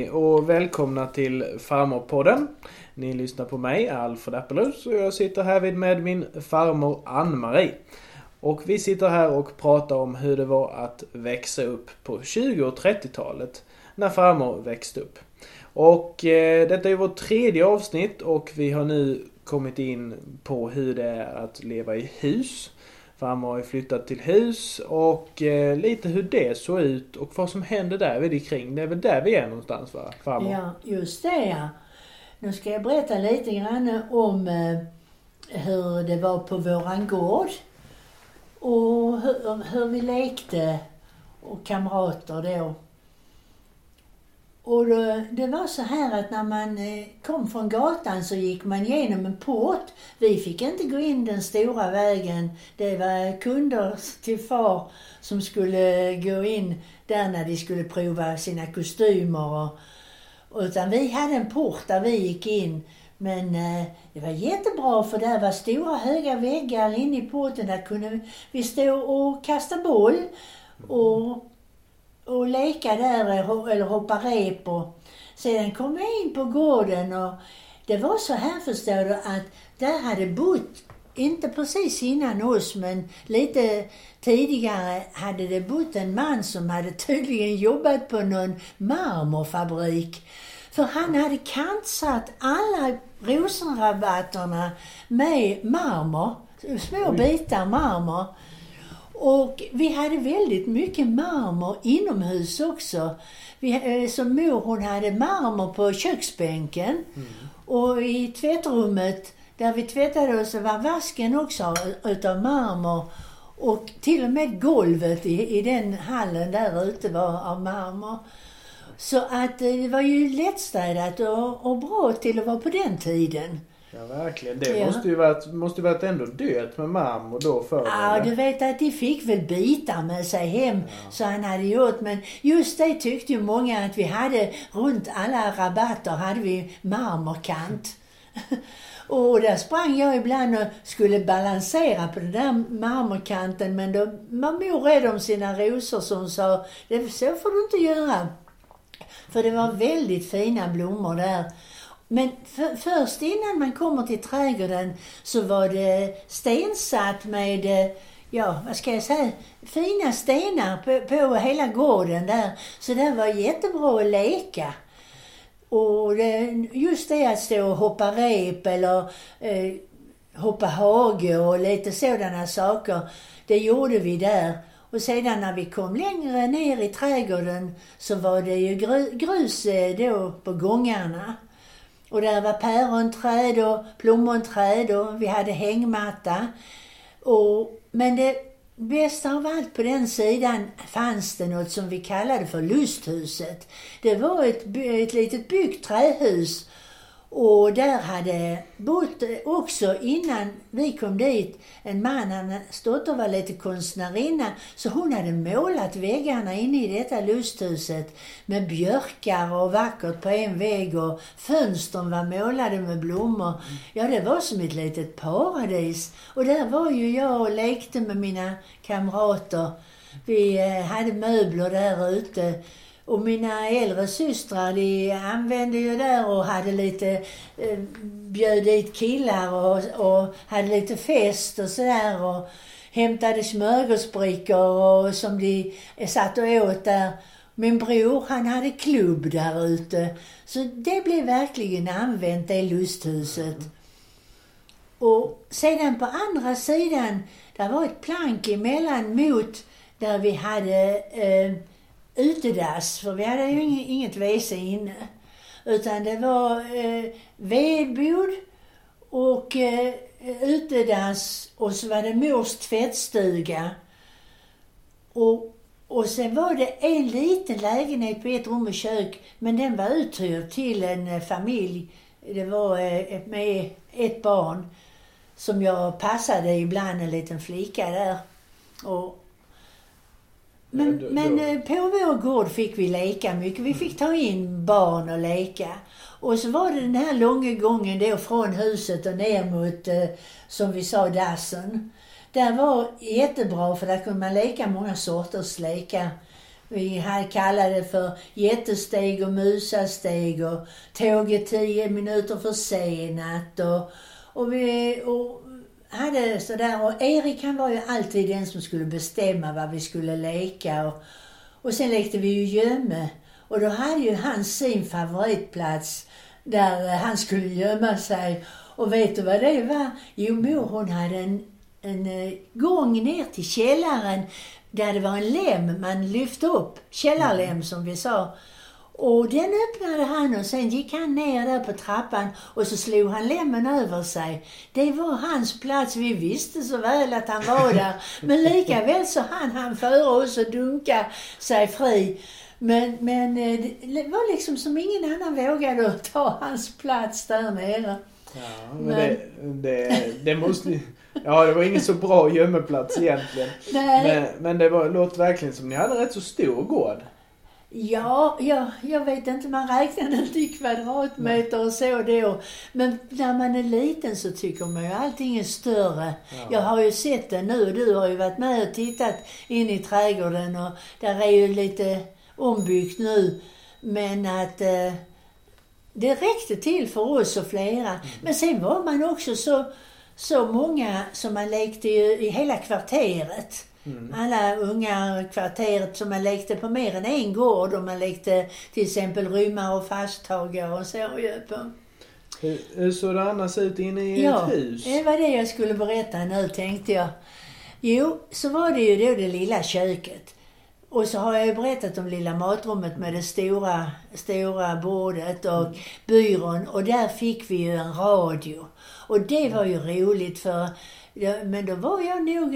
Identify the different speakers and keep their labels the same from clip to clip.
Speaker 1: Hej och välkomna till Farmorpodden. Ni lyssnar på mig, Alfred Appelus, och jag sitter här med min farmor Ann-Marie. Och vi sitter här och pratar om hur det var att växa upp på 20- och 30-talet när farmor växte upp. Och detta är vårt 3:e avsnitt och vi har nu kommit in på hur det är att leva i hus. Farmor har flyttat till hus och lite hur det såg ut och vad som hände där vid omkring. Det är väl där vi är någonstans, va, farmor?
Speaker 2: Ja, just det, ja. Nu ska jag berätta lite grann om hur det var på våran gård. Och hur vi lekte och kamrater då. Och det var så här att när man kom från gatan så gick man genom en port. Vi fick inte gå in den stora vägen. Det var kunder till far som skulle gå in där när de skulle prova sina kostymer. Utan vi hade en port där vi gick in. Men det var jättebra för där var stora höga väggar inne i porten. Där kunde vi stå och kasta boll och leka där eller hoppa rep. Sedan kom jag in på gården och det var så här, förstår du, att där hade bott, inte precis innan oss men lite tidigare hade det bott en man som hade tydligen jobbat på någon marmorfabrik. För han hade kantsatt alla rosenrabatterna med marmor, små bitar marmor. Och vi hade väldigt mycket marmor inomhus också. Som mor, hon hade marmor på köksbänken. Och i tvättrummet där vi tvättade oss var vasken också utav marmor. Och till och med golvet i den hallen där ute var av marmor. Så att det var ju lättstädat och bra till att vara på den tiden.
Speaker 1: Ja, verkligen. Det måste ju varit ändå dött med marmor då förr.
Speaker 2: Ja, du vet att de fick väl bitar med sig hem så han hade gjort. Men just det tyckte ju många att vi hade runt alla rabatter hade vi marmorkant. Och där sprang jag ibland och skulle balansera på den där marmorkanten. Men då var mor rädd om sina rosor som sa, så får du inte göra. För det var väldigt fina blommor där. Men först innan man kommer till trädgården så var det stensatt med, fina stenar på hela gården där. Så det var jättebra att leka. Och just det att stå och hoppa rep eller hoppa hage och lite sådana saker, det gjorde vi där. Och sedan när vi kom längre ner i trädgården så var det ju grus då på gångarna. Och där var päronträd och plommonträd och vi hade hängmatta. Men det bästa av allt på den sidan fanns det något som vi kallade för lusthuset. Det var ett litet byggt trähus. Och där hade bott också innan vi kom dit en man, hans dotter var lite konstnärinna, så hon hade målat väggarna inne i detta lusthuset med björkar och vackert på en vägg och fönstren var målade med blommor. Ja, det var som ett litet paradis. Och där var ju jag och lekte med mina kamrater. Vi hade möbler där ute. Och mina äldre systrar, de använde ju där och hade lite, bjöd dit killar och hade lite fest och sådär och hämtade smörgåsbrickor och som de satt och åt där. Min bror, han hade klubb där ute. Så det blev verkligen använt, det lusthuset. Och sedan på andra sidan, där var ett plank emellan mot där vi hade utedass, för vi hade ju inget WC inne. Utan det var vedbod och utedass och så var det mors tvättstuga. Och sen var det en liten lägenhet på ett rum och kök, men den var uthyrd till en familj. Det var med ett barn som jag passade ibland, en liten flicka där. Men på vår gård fick vi leka mycket. Vi fick ta in barn och leka. Och så var det den här långa gången då från huset och ner mot, som vi sa, dassen. Det var jättebra för där kunde man leka många sorters lekar. Vi hade kallat det för jättesteg och musasteg och tåget 10 minuter försenat och vi hade sådär. Och Erik han var ju alltid den som skulle bestämma vad vi skulle leka och sen lekte vi ju gömme. Och då hade ju han sin favoritplats där han skulle gömma sig. Och vet du vad det var? Jo, mor hon hade en gång ner till källaren där det var en lem man lyfte upp. Källarlem som vi sa. Och den öppnade han och sen gick han ner där på trappan och så slog han lämmen över sig. Det var hans plats. Vi visste så väl att han var där. Men lika väl så han före oss och dunka sig fri. Men det var liksom som ingen annan vågade att ta hans plats där nere.
Speaker 1: Ja, men det måste... Ja, det var ingen så bra gömmeplats egentligen.
Speaker 2: Nej.
Speaker 1: Men det låter verkligen som ni hade rätt så stor gård.
Speaker 2: Ja, jag vet inte, man räknade inte i kvadratmeter och så då. Men när man är liten så tycker man ju allting är större. Ja. Jag har ju sett det nu och du har ju varit med och tittat in i trädgården och där är ju lite ombyggt nu. Men att det räckte till för oss och flera. Men sen var man också så många som man lekte i hela kvarteret. Alla unga kvarteret som man lekte på mer än en gård och man lekte till exempel rymmar och fasttagare och så på.
Speaker 1: Hur såg det annars ut inne i ett hus?
Speaker 2: Ja, det var det jag skulle berätta nu tänkte jag. Jo, så var det ju då det lilla köket. Och så har jag ju berättat om lilla matrummet med det stora bordet och byrån. Och där fick vi ju en radio. Och det var ju roligt för... Men då var jag nog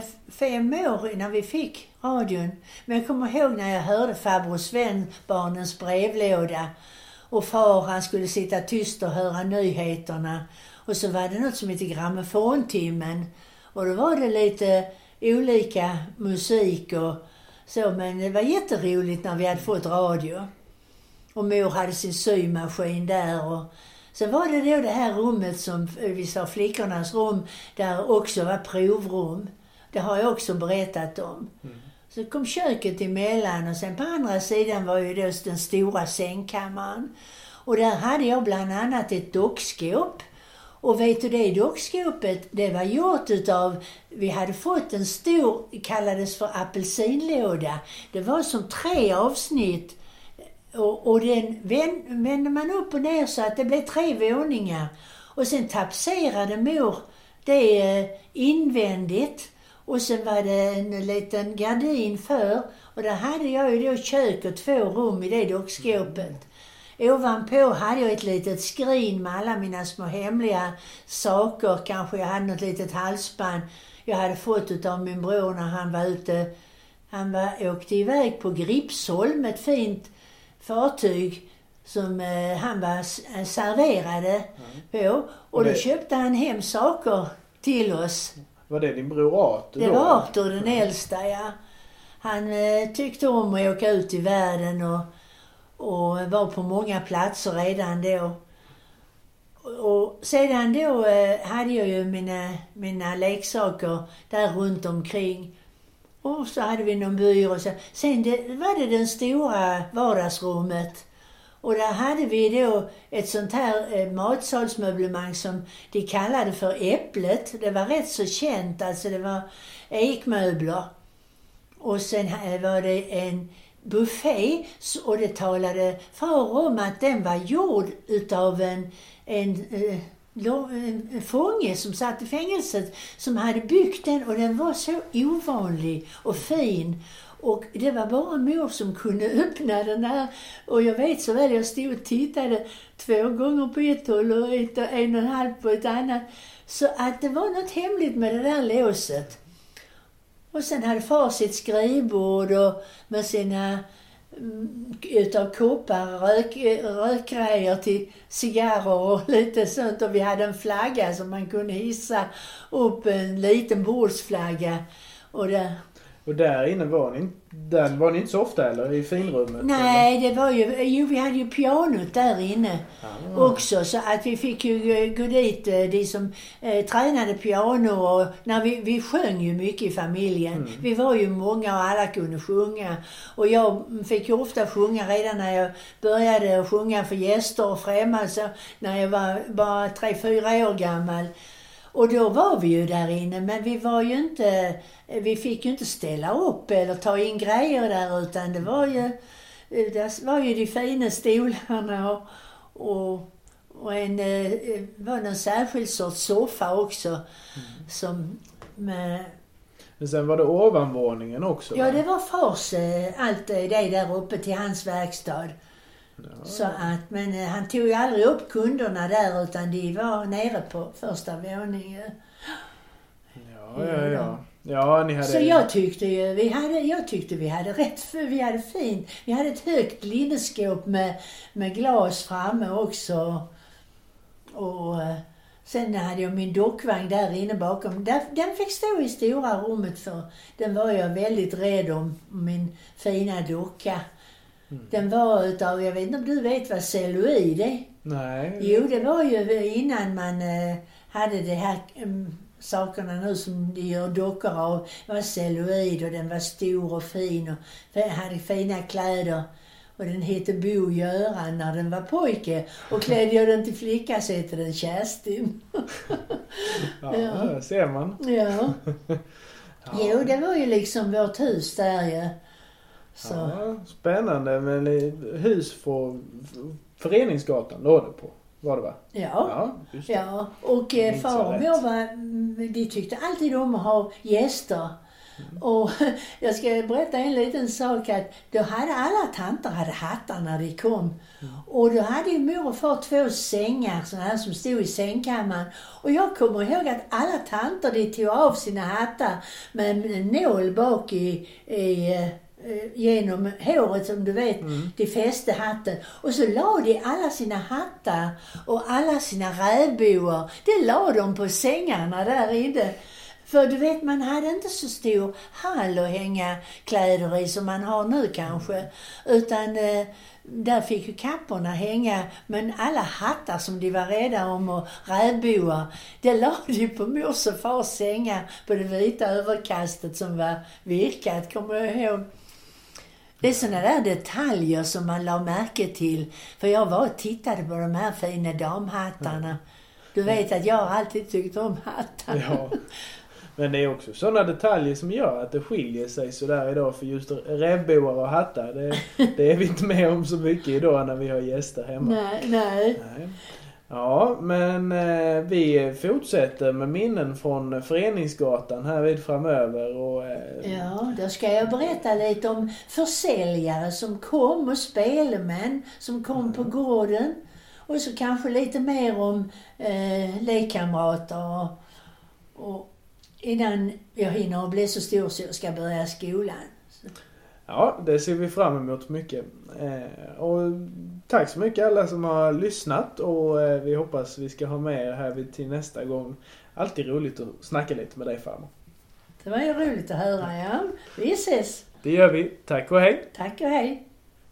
Speaker 2: 5 år när vi fick radion. Men jag kommer ihåg när jag hörde farbror Sven, barnens brevlåda. Och far han skulle sitta tyst och höra nyheterna. Och så var det något som heter grammofontimmen. Och då var det lite olika musik och så. Men det var jätteroligt när vi hade fått radio. Och mor hade sin symaskin där och... Sen var det då det här rummet som vi sa flickornas rum, där också var provrum. Det har jag också berättat om. Så kom köket emellan och sen på andra sidan var ju då den stora sängkammaren. Och där hade jag bland annat ett dockskåp. Och vet du det dockskåpet, det var gjort utav, vi hade fått en stor, kallades för apelsinlåda. Det var som 3 avsnitt. Och den vände man upp och ner så att det blev 3 våningar. Och sen tapserade mor det invändigt. Och sen var det en liten gardin för. Och där hade jag ju då kök och 2 rum i det dockskåpet. Ovanpå hade jag ett litet skrin med alla mina små hemliga saker. Kanske jag hade något litet halsband jag hade fått av min bror när han var ute. Han åkte iväg på Gripsholm, ett fint fartyg som han var serverade på. Och då köpte han hem saker till oss.
Speaker 1: Var det din bror Arthur?
Speaker 2: Det var Arthur, den äldsta, ja. Han tyckte om att åka ut i världen och var på många platser redan då. Och sedan då hade jag ju mina leksaker där runt omkring. Och så hade vi någon byrå. Sen var det den stora vardagsrummet. Och där hade vi då ett sånt här matsalsmöblemang som de kallade för Äpplet. Det var rätt så känt, alltså det var ekmöbler. Och sen var det en buffé och det talade far om att den var gjord utav en fånge som satt i fängelset som hade byggt den och den var så ovanlig och fin. Och det var bara mor som kunde öppna den här. Och jag vet så väl, jag stod och tittade 2 gånger på ett håll och 1,5 på ett annat. Så att det var något hemligt med det där låset. Och sen hade far sitt skrivbord och med sina utav koppar, rökgrejer till cigarrer och lite sånt. Och vi hade en flagga som man kunde hissa upp, en liten bordsflagga. Och det...
Speaker 1: Och där inne var ni inte så ofta eller? I finrummet?
Speaker 2: Nej,
Speaker 1: eller?
Speaker 2: det var ju, vi hade ju pianot där inne också. Så att vi fick ju gå dit, de som tränade piano. Och när vi sjöng ju mycket i familjen. Vi var ju många och alla kunde sjunga. Och jag fick ju ofta sjunga redan när jag började sjunga för gäster och främmande. Så när jag var bara 3-4 år gammal. Och då var vi ju där inne, men vi fick ju inte ställa upp eller ta in grejer där, utan det var ju de fina stolarna och var någon särskild sorts soffa också som med...
Speaker 1: Men sen var det ovanvåningen också?
Speaker 2: Ja, det var fars allt det där uppe till hans verkstad. Ja. Så att, men han tog ju aldrig upp kunderna där, utan de var nere på första våningen. Ja, ni hade... Så jag tyckte vi hade vi hade fint. Vi hade ett högt linneskåp med glas framme också. Och sen hade jag min dockvagn där inne bakom. Den fick stå i stora rummet, för den var jag väldigt rädd om, min fina docka. Den var utav, jag vet inte om du vet vad celluloid är?
Speaker 1: Nej.
Speaker 2: Jo, det var ju innan man hade det här sakerna nu som de gör dockor av. Det var celluloid och den var stor och fin och hade fina kläder. Och den hette Bo Göran när den var pojke. Och klädde jag den till flicka så hette den Kerstin.
Speaker 1: Ja, ser man.
Speaker 2: Ja. Jo, det var ju liksom vårt hus där ju. Så.
Speaker 1: Ja, spännande. Men hus på Föreningsgatan låg det på. Var det va?
Speaker 2: Ja. Och far och mor de tyckte alltid om att ha gäster. Och jag ska berätta en liten sak, att då hade alla tanter hattar när de kom. Och då hade ju mor och far 2 sängar såna här som stod i sängkammaren. Och jag kommer ihåg att alla tanter de tog av sina hattar med en nål bak genom håret, som du vet, de fäste hatten. Och så la de alla sina hattar och alla sina rävboar, det la de på sängarna där inne. För du vet, man hade inte så stor hall att hänga kläder i som man har nu kanske. Utan där fick ju kapporna hänga, men alla hattar som de var rädda om och rävboar, det la de på mors och fars sängar på det vita överkastet som var virkat, kommer jag ihåg. Det är såna där detaljer som man la märke till. För jag var och tittade på de här fina damhattarna. Du vet att jag alltid tyckt om hattarna.
Speaker 1: Ja. Men det är också sådana detaljer som gör att det skiljer sig så där idag. För just rävboar och hattar, det är vi inte med om så mycket idag när vi har gäster hemma.
Speaker 2: Nej.
Speaker 1: Ja, men vi fortsätter med minnen från Föreningsgatan här vid framöver. Och,
Speaker 2: ja, då ska jag berätta lite om försäljare som kom och spelmän som kom på gården. Och så kanske lite mer om lekkamrater och innan jag hinner bli så stor så jag ska börja skolan.
Speaker 1: Ja, det ser vi fram emot mycket. Och tack så mycket alla som har lyssnat, och vi hoppas vi ska ha med er här till nästa gång. Alltid roligt att snacka lite med dig, farmor.
Speaker 2: Det var ju roligt att höra, ja. Vi ses.
Speaker 1: Det gör vi. Tack och hej.
Speaker 2: Tack och hej.